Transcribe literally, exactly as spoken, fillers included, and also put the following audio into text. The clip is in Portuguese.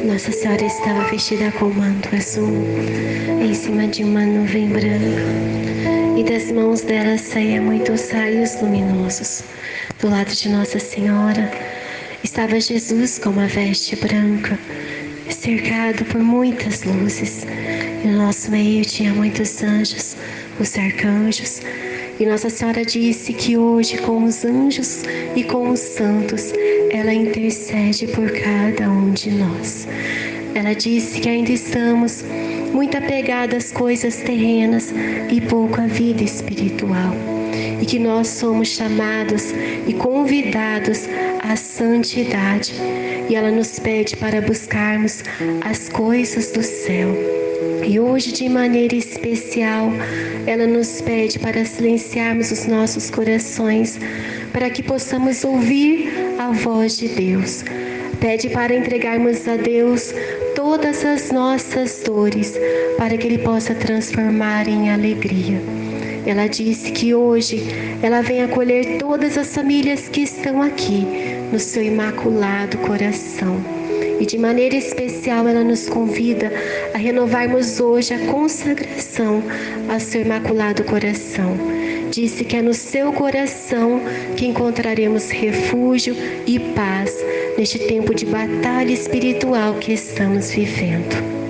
Nossa Senhora estava vestida com manto azul, em cima de uma nuvem branca, e das mãos dela saíam muitos raios luminosos. Do lado de Nossa Senhora estava Jesus com uma veste branca, cercado por muitas luzes. E no nosso meio tinha muitos anjos, os arcanjos. E Nossa Senhora disse que hoje, com os anjos e com os santos, ela intercede por cada um de nós. Ela disse que ainda estamos muito apegados às coisas terrenas e pouco à vida espiritual. E que nós somos chamados e convidados à santidade. E ela nos pede para buscarmos as coisas do céu. E hoje, de maneira especial, ela nos pede para silenciarmos os nossos corações, para que possamos ouvir a voz de Deus. Pede para entregarmos a Deus todas as nossas dores, para que Ele possa transformar em alegria. Ela disse que hoje ela vem acolher todas as famílias que estão aqui, no seu imaculado coração. E de maneira especial ela nos convida a renovarmos hoje a consagração ao seu imaculado coração. Disse que é no seu coração que encontraremos refúgio e paz neste tempo de batalha espiritual que estamos vivendo.